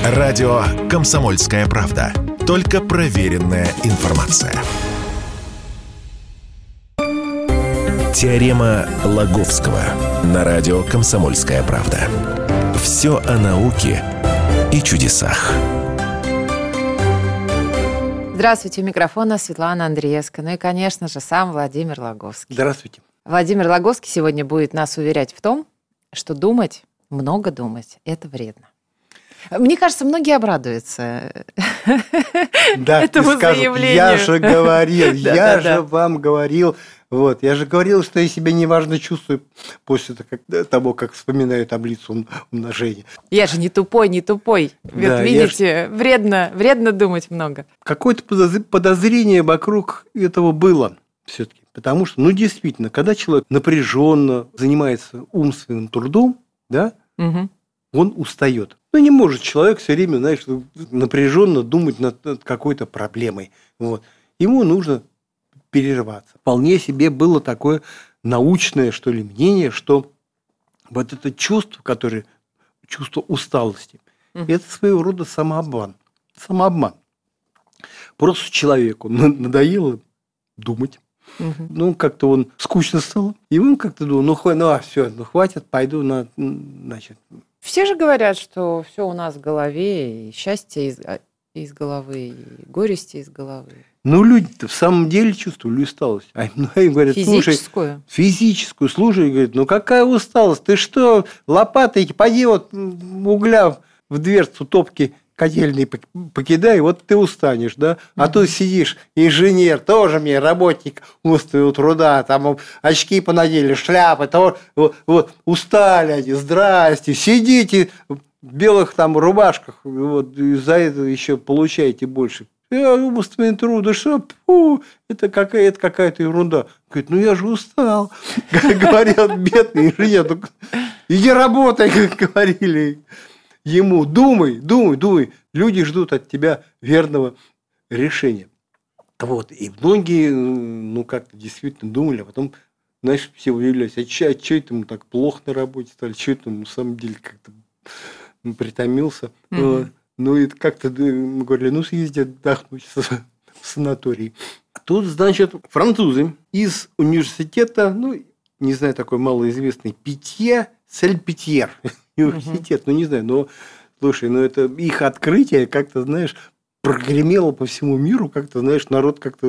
Радио «Комсомольская правда». Только проверенная информация. Теорема Лаговского на радио «Комсомольская правда». Все о науке и чудесах. Здравствуйте, у микрофона Светлана Андреевская. Ну и, конечно же, сам Владимир Лаговский. Здравствуйте. Владимир Лаговский сегодня будет нас уверять в том, что думать, много думать – это вредно. Мне кажется, многие обрадуются этому заявлению. Я же говорил, я же вам говорил. Вот, я же говорил, что я себя неважно чувствую после того, как вспоминаю таблицу умножения. Я же не тупой. Вот видите, вредно думать много. Какое-то подозрение вокруг этого было все-таки. Потому что, действительно, когда человек напряженно занимается умственным трудом, да, он устает. Не может человек все время, напряженно думать над какой-то проблемой. Вот. Ему нужно перерываться. Вполне себе было такое научное, что ли, мнение, что вот это чувство, чувство усталости, это своего рода самообман. Просто человеку надоело думать. Как-то он скучно стало. И он как-то думал, хватит, пойду Все же говорят, что все у нас в голове, и счастье из головы, и горести из головы. Люди-то в самом деле чувствовали усталость. А им говорят, физическую. Слушай, говорит, какая усталость? Ты что, лопатой, поди угля в дверцу топки котельной покидай, ты устанешь, да? А тут сидишь, инженер, тоже мне работник умственного труда, там очки понадели, шляпы, устали они, здрасте, сидите в белых белых рубашках, за это еще получаете больше. Умственный труд, да что, это какая-то ерунда. Говорит, я же устал, говорил бедный инженер, иди работай, как говорили ему, думай. Люди ждут от тебя верного решения. И многие, как-то действительно думали, а потом, все удивлялись, а что это ему так плохо на работе стали, что это ему на самом деле как-то притомился. И как-то мы говорили, съезди отдохнуть в санаторий. Тут, французы из университета, не знаю, такой малоизвестный Сальпетьер университет, не знаю, но слушай, это их открытие как-то, прогремело по всему миру, как-то, народ как-то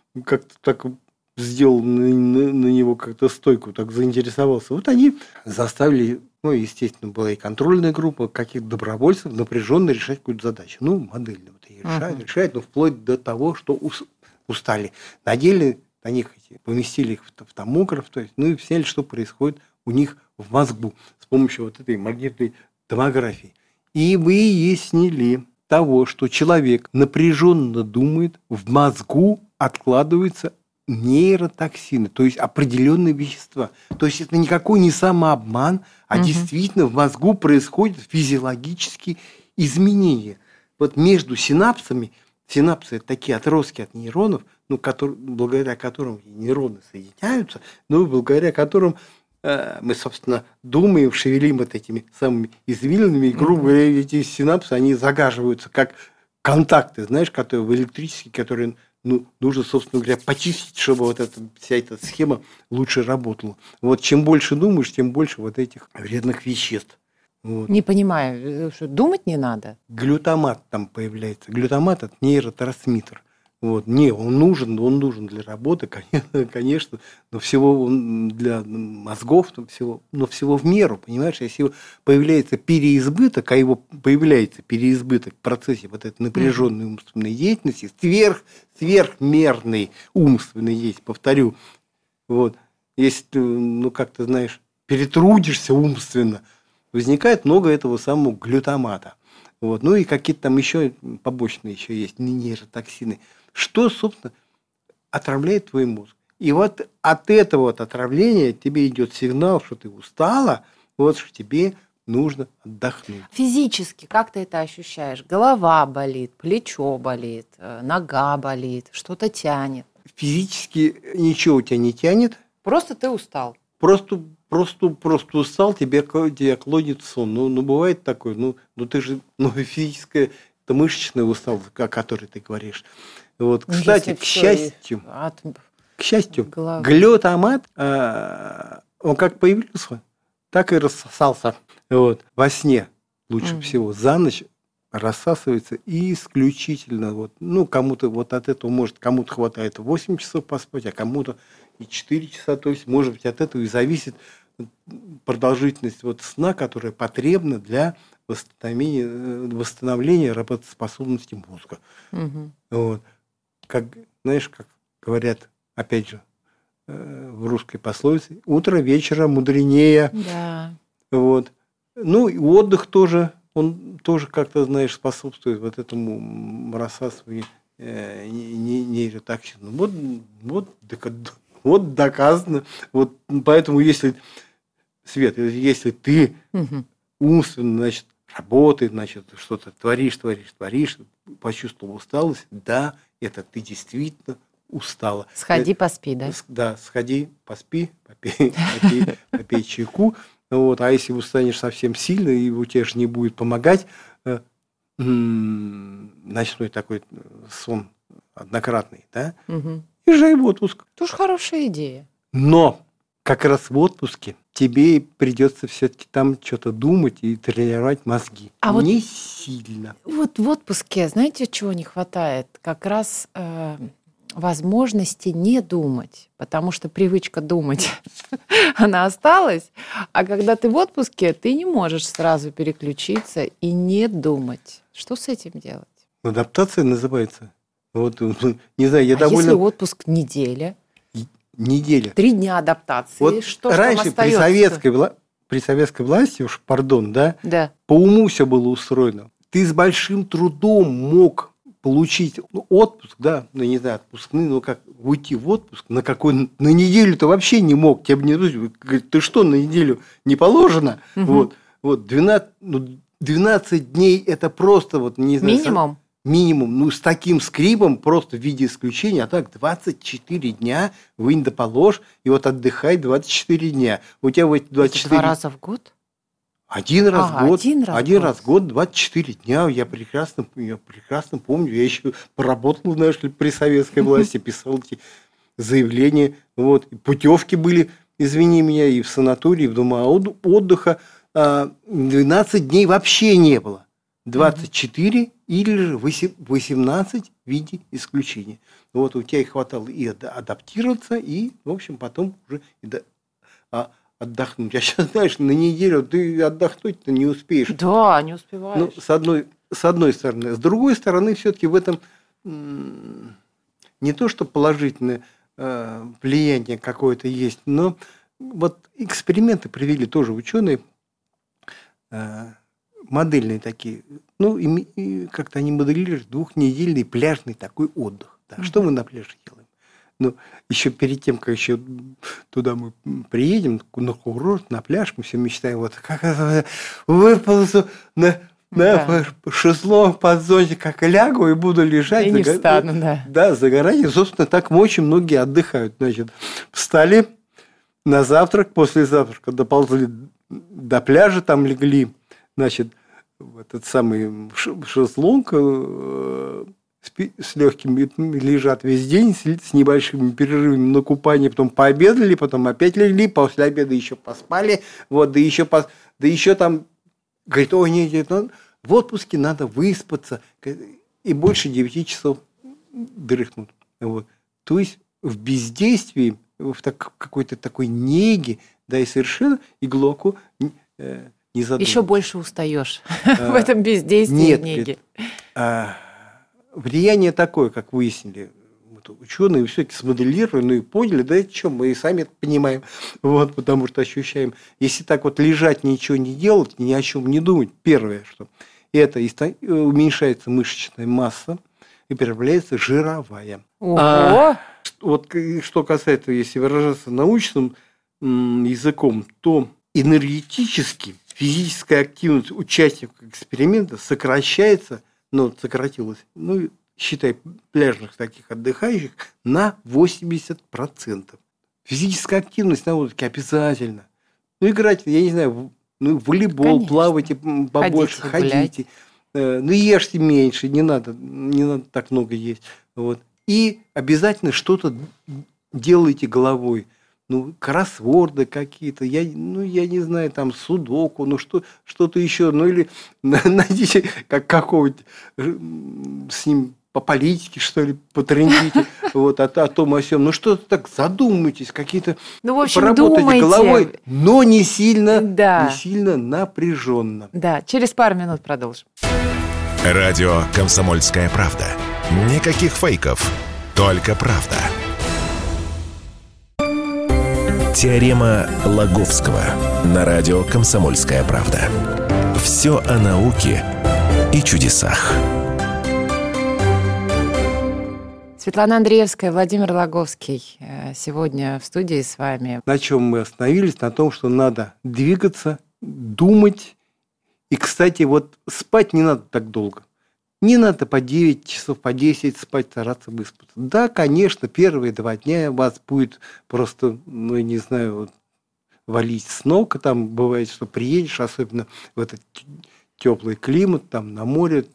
так сделал на него как-то стойку, так заинтересовался. Они заставили, естественно, была и контрольная группа каких-то добровольцев напряженно решать какую-то задачу. Модельно решают, вплоть до того, что устали. Надели на них поместили их в томограф, и сняли, что происходит у них в мозгу с помощью этой магнитной томографии. И выяснили того, что человек напряженно думает, в мозгу откладываются нейротоксины, то есть определенные вещества. То есть это никакой не самообман, а действительно в мозгу происходят физиологические изменения. Между синапсами, синапсы – это такие отростки от нейронов, благодаря которым нейроны соединяются, благодаря которым мы, собственно, думаем, шевелим этими самыми извилинами, и, грубо говоря, эти синапсы, они загаживаются как контакты, которые в электрические, которые нужно, собственно говоря, почистить, чтобы вся эта схема лучше работала. Чем больше думаешь, тем больше этих вредных веществ. Не понимаю, что думать не надо? Глютамат там появляется. Глютамат – это нейротрансмиттер. Он нужен для работы, конечно, но всего для мозгов, но всего в меру, понимаешь? Если появляется переизбыток, в процессе этой напряженной умственной деятельности, сверхмерной умственной деятельности, повторю, если ты, перетрудишься умственно, возникает много этого самого глютамата. И какие-то там еще побочные еще есть нейротоксины. Что, собственно, отравляет твой мозг. И от этого отравления тебе идет сигнал, что ты устала, что тебе нужно отдохнуть. Физически как ты это ощущаешь? Голова болит, плечо болит, нога болит, что-то тянет. Физически ничего у тебя не тянет. Просто ты устал. Просто просто устал, тебя клонит в сон. Ну, бывает такое. Ну, ты же физическая, это мышечная усталость, о которой ты говоришь. Вот, кстати, к счастью, глютамат, он как появился, так и рассосался. Вот, во сне лучше всего за ночь рассасывается исключительно. Вот, кому-то вот от этого может, кому-то хватает 8 часов поспать, а кому-то и 4 часа. То есть, может быть, от этого и зависит продолжительность вот сна, которая потребна для восстановления работоспособности мозга. Вот. Как говорят, опять же, в русской пословице, утро вечера мудренее. Да. Вот. И отдых тоже, он тоже как-то, способствует вот этому рассасыванию нейротоксина. Вот доказано. Вот поэтому, если ты умственно, работаешь, что-то творишь, почувствовал усталость, да, это ты действительно устала. Сходи, поспи, да? Да, сходи, поспи, попей чайку. Вот. А если устанешь совсем сильно, и у тебя же не будет помогать, ночной такой сон однократный, да, езжай в отпуск. Тоже хорошая идея. Но как раз в отпуске тебе придется все-таки там что-то думать и тренировать мозги. Не сильно. Вот в отпуске, знаете, чего не хватает? Как раз возможности не думать, потому что привычка думать, она осталась, а когда ты в отпуске, ты не можешь сразу переключиться и не думать. Что с этим делать? Адаптация называется. Вот, не знаю, я довольно... если отпуск неделя? 3 дня адаптации. Вот что раньше при советской власти, уж пардон, да, по уму все было устроено. Ты с большим трудом мог получить отпуск, да, не знаю, отпускный, уйти в отпуск, на неделю ты вообще не мог. Тебе не говорит, ты что, на неделю не положено? Вот 12 дней это просто, не знаю. Минимум, с таким скрипом, просто в виде исключения, а так 24 дня вынь да положь, и вот отдыхай 24 дня. У тебя в эти 24... Это 2 раза в год? Один раз в год, 24 дня. Я прекрасно помню. Я еще поработал, при советской власти, писал эти заявления. Вот. Путевки были, извини меня, и в санатории, и в дома отдыха. 12 дней вообще не было. 24 или же 18 в виде исключения. Вот у тебя и хватало и адаптироваться, и, в общем, потом уже отдохнуть. А сейчас, знаешь, на неделю ты отдохнуть-то не успеешь. Да, не успеваешь. С одной стороны. С другой стороны, все-таки в этом не то, что положительное влияние какое-то есть, но вот эксперименты провели тоже ученые, модельные такие, как-то они моделируют 2-недельный пляжный такой отдых. Да. Что мы на пляже делаем? Еще перед тем, как еще туда мы приедем, на курорт, на пляж, мы все мечтаем, как выползу на шезлонг под зонтик, как лягу и буду лежать. И не встану, Да, загорать. И, собственно, так очень многие отдыхают. Встали на завтрак, после завтрака доползли до пляжа, там легли, в этот самый шезлонг, с легким лежат весь день, с небольшими перерывами на купание, потом пообедали, потом опять легли, после обеда еще поспали, да еще там, говорит, в отпуске надо выспаться, и больше 9 часов дрыхнут. Вот. То есть в бездействии, в какой-то такой неге, да, и совершенно и глубоко не задумываться. Еще больше устаешь в этом бездействии неги. Влияние такое, как выяснили ученые, все-таки смоделировали, и поняли, да, что мы и сами это понимаем, потому что ощущаем. Если так лежать, ничего не делать, ни о чем не думать, первое, что это уменьшается мышечная масса и прибавляется жировая. Что касается, если выражаться научным языком, то энергетически физическая активность участников эксперимента сокращается, сократилась, считай, пляжных таких отдыхающих, на 80%. Физическая активность на отдыхе обязательно. играть, я не знаю, волейбол, конечно. Плавайте побольше, ходите. Ешьте меньше, не надо так много есть. Вот. И обязательно что-то делайте головой. Кроссворды какие-то, я не знаю, там судоку, что-то еще, или найдите какого-нибудь с ним по политике, что ли, потрендите, о том, о сём. Что-то так, задумайтесь, какие-то, в общем, поработайте думайте. Головой, но не сильно напряженно. Да, через пару минут продолжим. Радио «Комсомольская правда». Никаких фейков, только правда. Теорема Лаговского на радио «Комсомольская правда». Все о науке и чудесах. Светлана Андреевская, Владимир Лаговский сегодня в студии с вами. На чем мы остановились? На том, что надо двигаться, думать. И, кстати, спать не надо так долго. Не надо по 9 часов, по 10 спать, стараться выспаться. Да, конечно, первые 2 дня вас будет просто, не знаю, валить с ног. Там бывает, что приедешь, особенно в этот теплый климат, там на море,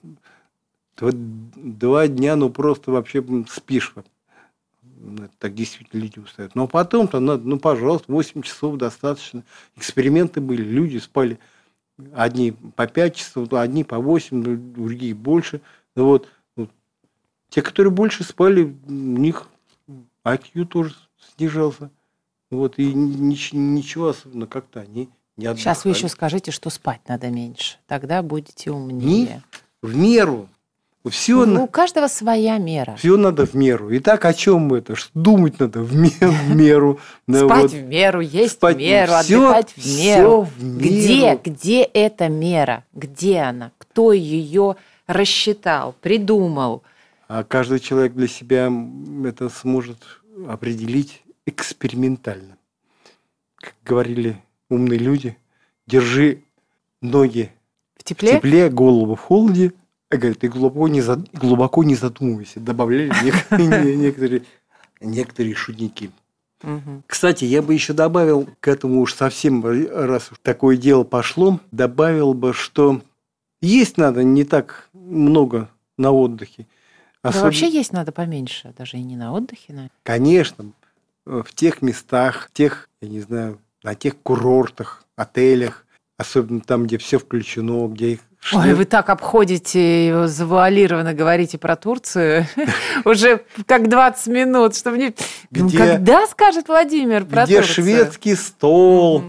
2 дня, просто вообще спишь. Так действительно люди устают. Но потом-то надо, пожалуйста, 8 часов достаточно. Эксперименты были, люди спали. Одни по 5 часов, одни по 8, другие больше. Те, которые больше спали, у них IQ тоже снижался. И ничего особенно как-то они не отдыхали. Сейчас вы еще скажите, что спать надо меньше. Тогда будете умнее. В меру. Все у каждого своя мера. Все надо в меру. Итак, о чем мы это? Думать надо в меру. Спать в меру, есть в меру, отдыхать в меру. Где эта мера? Где она? Кто ее рассчитал, придумал? А каждый человек для себя это сможет определить экспериментально. Как говорили умные люди, держи ноги в тепле, голову в холоде. Говорит, ты глубоко не задумывайся, добавляли некоторые шутники. Угу. Кстати, я бы еще добавил к этому уж совсем, раз такое дело пошло, добавил бы, что есть надо не так много на отдыхе. Да вообще есть надо поменьше, даже и не на отдыхе. Наверное. Конечно, в тех местах, на тех курортах, отелях, особенно там, где все включено, где их... Ой, вы так обходите, завуалированно говорите про Турцию уже как 20 минут, что мне... Когда скажет Владимир про Турцию? Где шведский стол.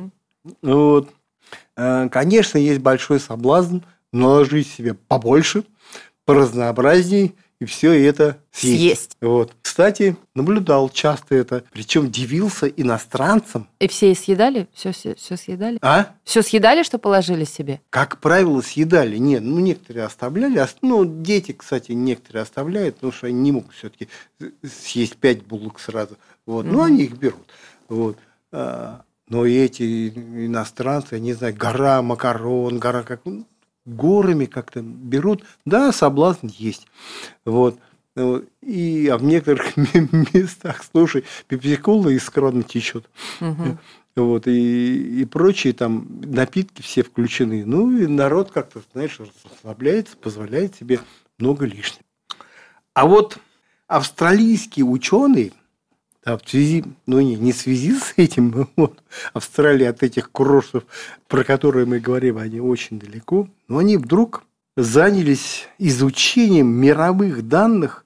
Конечно, есть большой соблазн наложить себе побольше, поразнообразней, и все это съесть. Кстати, наблюдал часто это, причем дивился иностранцам. И все съедали? Все съедали? Все съедали, что положили себе? Как правило, съедали. Нет, некоторые оставляли. Дети, кстати, некоторые оставляют, потому что они не могут все-таки съесть 5 булок сразу. Они их берут. Но эти иностранцы, я не знаю, гора макарон, гора как... горами как-то берут. Да, соблазн есть. И в некоторых местах, слушай, пепси-кола из крана течет. Угу. И прочие там напитки все включены. И народ как-то, расслабляется, позволяет себе много лишнего. А австралийские ученые, в связи, не в связи с этим, Австралия от этих курортов, про которые мы говорим, они очень далеко, но они вдруг занялись изучением мировых данных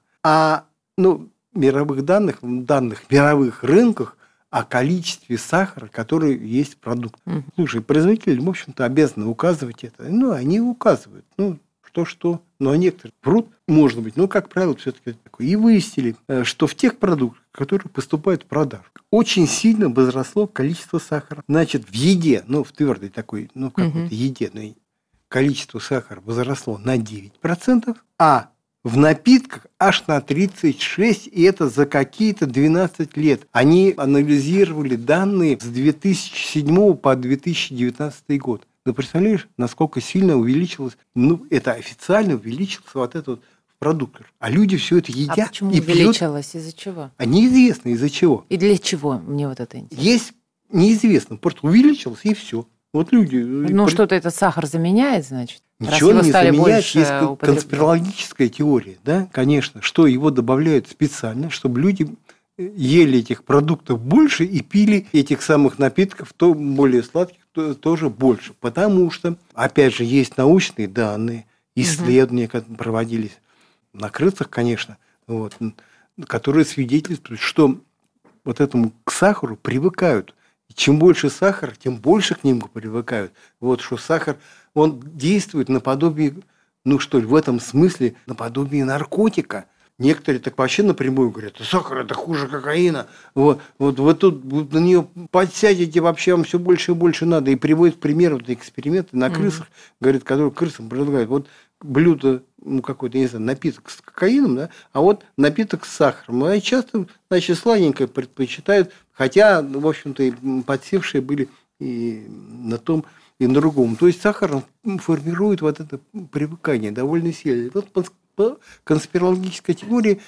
мировых рынках о количестве сахара, который есть в продуктах. Слушай, производители, в общем-то, обязаны указывать это. Они указывают. Что. Но некоторые врут, может быть, как правило, все-таки такое. И выяснили, что в тех продуктах, которые поступают в продажу, очень сильно возросло количество сахара. Значит, в еде, в твердой такой, какой-то еде, количество сахара возросло на 9%, а в напитках аж на 36%, и это за какие-то 12 лет. Они анализировали данные с 2007 по 2019 год. Представляешь, насколько сильно увеличилось, это официально увеличилось в продуктах. А люди все это едят. А почему увеличилось? Из-за чего? А неизвестно из-за чего. И для чего? Мне это интересно. Есть неизвестно, просто увеличилось, и все. Вот люди... Ну, что-то этот сахар заменяет, значит? Ничего не заменяет, есть конспирологическая теория, да, конечно, что его добавляют специально, чтобы люди ели этих продуктов больше и пили этих самых напитков, то более сладких, тоже больше. Потому что, опять же, есть научные данные, исследования, которые проводились на крысах, конечно, вот, которые свидетельствуют, что вот этому к сахару привыкают. И чем больше сахара, тем больше к нему привыкают. Вот что сахар, он действует наподобие, ну что ли, в этом смысле наподобие наркотика. Некоторые так вообще напрямую говорят, сахар это хуже кокаина. Вот вы тут на нее подсядете, вообще вам все больше и больше надо. И приводят в пример вот эксперименты на крысах, говорят, которые крысам предлагают. Вот блюдо, ну какой-то, не знаю, напиток с кокаином, да, а вот напиток с сахаром. И часто, значит, сладенькое предпочитают, хотя, в общем-то, и подсевшие были и на том, и на другом. То есть сахар формирует вот это привыкание довольно сильно. Вот по конспирологической теории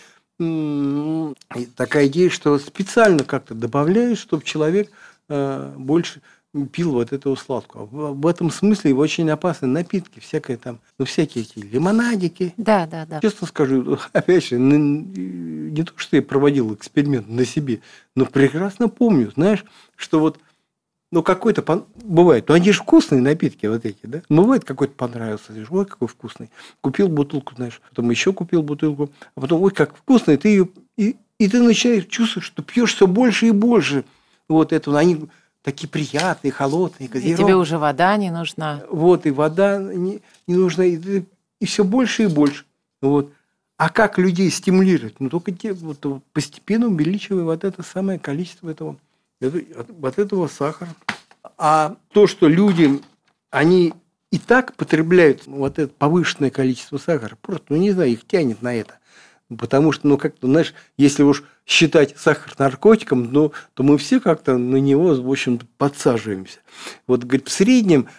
такая идея, что специально как-то добавляют, чтобы человек больше пил вот этого сладкого. В этом смысле очень опасны напитки, всякие там, ну, всякие эти лимонадики. Да. Честно скажу, опять же, не то, что я проводил эксперимент на себе, но прекрасно помню, знаешь, что вот, ну, какой-то, бывает, ну, они же вкусные напитки вот эти, да? Бывает, какой-то понравился, говоришь, ой, какой вкусный. Купил бутылку, знаешь, потом еще купил бутылку, а потом, ой, как вкусный, ты ее, и ты начинаешь чувствовать, что пьешь все больше и больше. Вот это, они такие приятные, холодные, газированные. И тебе уже вода не нужна. Вот, и вода не нужна, и все больше и больше. Вот. А как людей стимулировать? Ну, только вот, постепенно увеличивая вот это самое количество вот этого сахара. А то, что люди, они и так потребляют вот это повышенное количество сахара, просто, ну, не знаю, их тянет на это. Потому что, ну, как-то, знаешь, если уж считать сахар наркотиком, ну, то мы все как-то на него, в общем-то, подсаживаемся. Вот, говорит, в среднем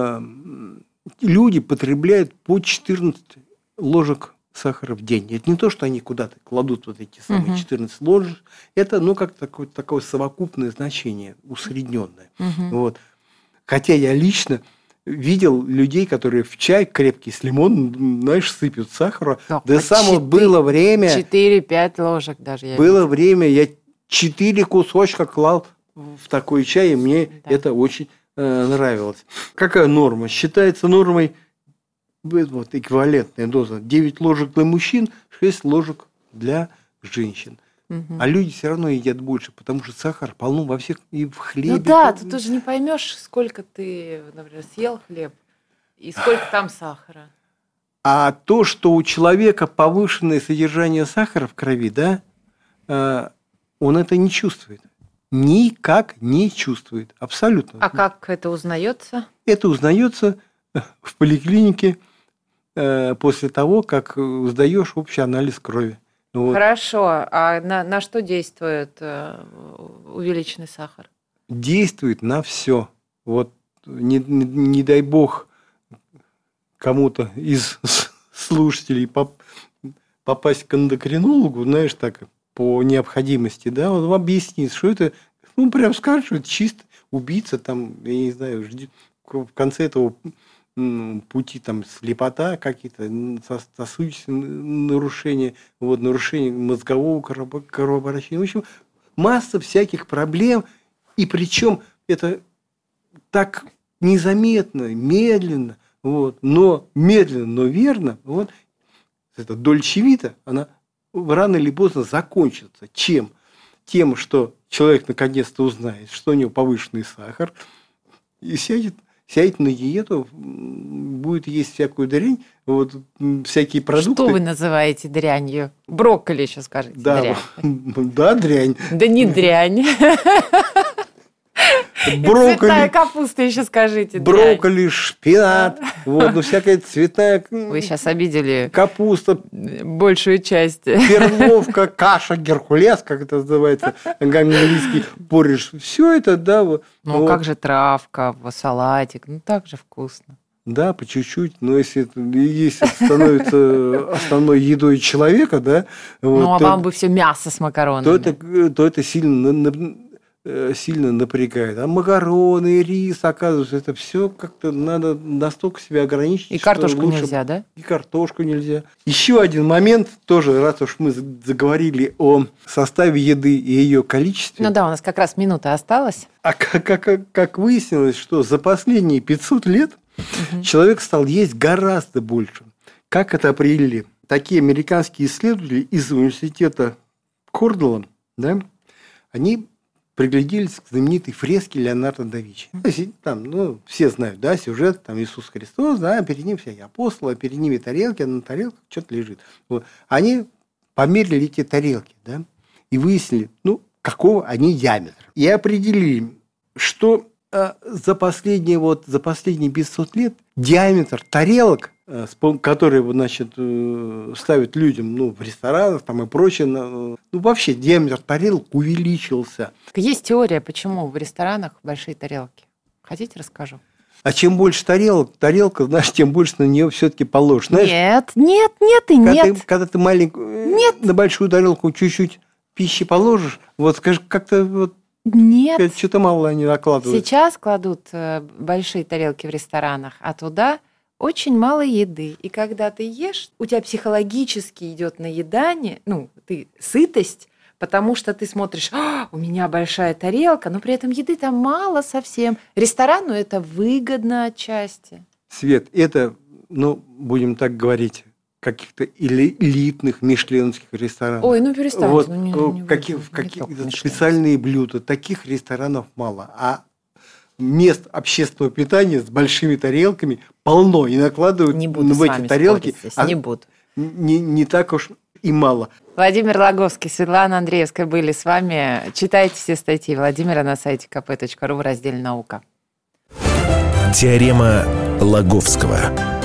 люди потребляют по 14 ложек сахара в день. Это не то, что они куда-то кладут вот эти самые 14 ложек. Это, ну, как такое совокупное значение, усредненное. Вот. Хотя я лично видел людей, которые в чай крепкий с лимоном, знаешь, сыпят сахара. Да само было время... 4-5 ложек даже. Было время, я 4 кусочка клал в такой чай, и мне это очень нравилось. Какая норма? Считается нормой вот эквивалентная доза. 9 ложек для мужчин, 6 ложек для женщин. А люди все равно едят больше, потому что сахар полно во всех, и в хлебе. Ну да, ты тоже не поймешь, сколько ты, например, съел хлеб и сколько там сахара. А то, что у человека повышенное содержание сахара в крови, да, он это не чувствует. Никак не чувствует. Абсолютно. А как это узнается? Это узнается в поликлинике после того, как сдаешь общий анализ крови. Вот. Хорошо. А на что действует увеличенный сахар? Действует на все. Вот не дай бог кому-то из слушателей попасть к эндокринологу, знаешь, так по необходимости, да, он вам объяснит, что это, ну, прям скажет, что это чисто убийца, там, я не знаю, в конце этого пути там слепота, какие-то сосудистые нарушения, вот, нарушение мозгового кровообращения. В общем, масса всяких проблем, и причем это так незаметно, медленно, вот, но медленно, но верно, вот, эта дольче вита, она рано или поздно закончится. Чем? Тем, что человек наконец-то узнает, что у него повышенный сахар, и сядет на диету, будет есть всякую дрянь, вот, всякие продукты. Что вы называете дрянью? Брокколи еще скажите. Да, дрянь. Да, дрянь. Да не дрянь. Брокколи, цветная капуста еще скажите. Брокколи, шпинат, вот, ну, всякая цветная. Вы сейчас обидели капуста, большую часть. Перловка, каша, геркулес, как это называется, английский поридж. Все это, да. Ну, вот. Как же травка, салатик, ну, так же вкусно. Да, по чуть-чуть, но если это становится основной едой человека, да. Вот, ну, а вам бы все мясо с макаронами. То это сильно сильно напрягает. А макароны, рис, оказывается, это все как-то надо настолько себя ограничить. И картошку нельзя, да? И картошку нельзя. Еще один момент, тоже, раз уж мы заговорили о составе еды и ее количестве. Ну да, у нас как раз минута осталась. А как выяснилось, что за последние 500 лет человек стал есть гораздо больше. Как это определили? Такие американские исследователи из университета Корнелла, да, они пригляделись к знаменитой фреске Леонардо да Винчи. Там, все знают, да, сюжет, там Иисус Христос, да, перед ним всякие апостолы, перед ними тарелки, а на тарелках что-то лежит. Вот. Они померили эти тарелки, да, и выяснили, какого они диаметра. И определили, что за последние 500 лет диаметр тарелок, которые, ставят людям, в ресторанах там и прочее, вообще диаметр тарелок увеличился. Есть теория, почему в ресторанах большие тарелки. Хотите, расскажу? А чем больше тарелка, знаешь, тем больше на нее все-таки положишь. Знаешь, нет. Когда ты на большую тарелку чуть-чуть пищи положишь, скажи, как-то Нет. Что-то мало они накладывают. Сейчас кладут большие тарелки в ресторанах, а туда очень мало еды. И когда ты ешь, у тебя психологически идет наедание, ты сытость, потому что ты смотришь, у меня большая тарелка, но при этом еды там мало совсем. Ресторану это выгодно отчасти. Свет, это, будем так говорить, каких-то элитных мишленовских ресторанов. Ой, перестаньте. Какие специальные блюда. Таких ресторанов мало. А мест общественного питания с большими тарелками полно. И накладывают в эти тарелки. Не буду. Не так уж и мало. Владимир Логовский, Светлана Андреевская были с вами. Читайте все статьи Владимира на сайте kp.ru в разделе «Наука». Теорема Лаговского.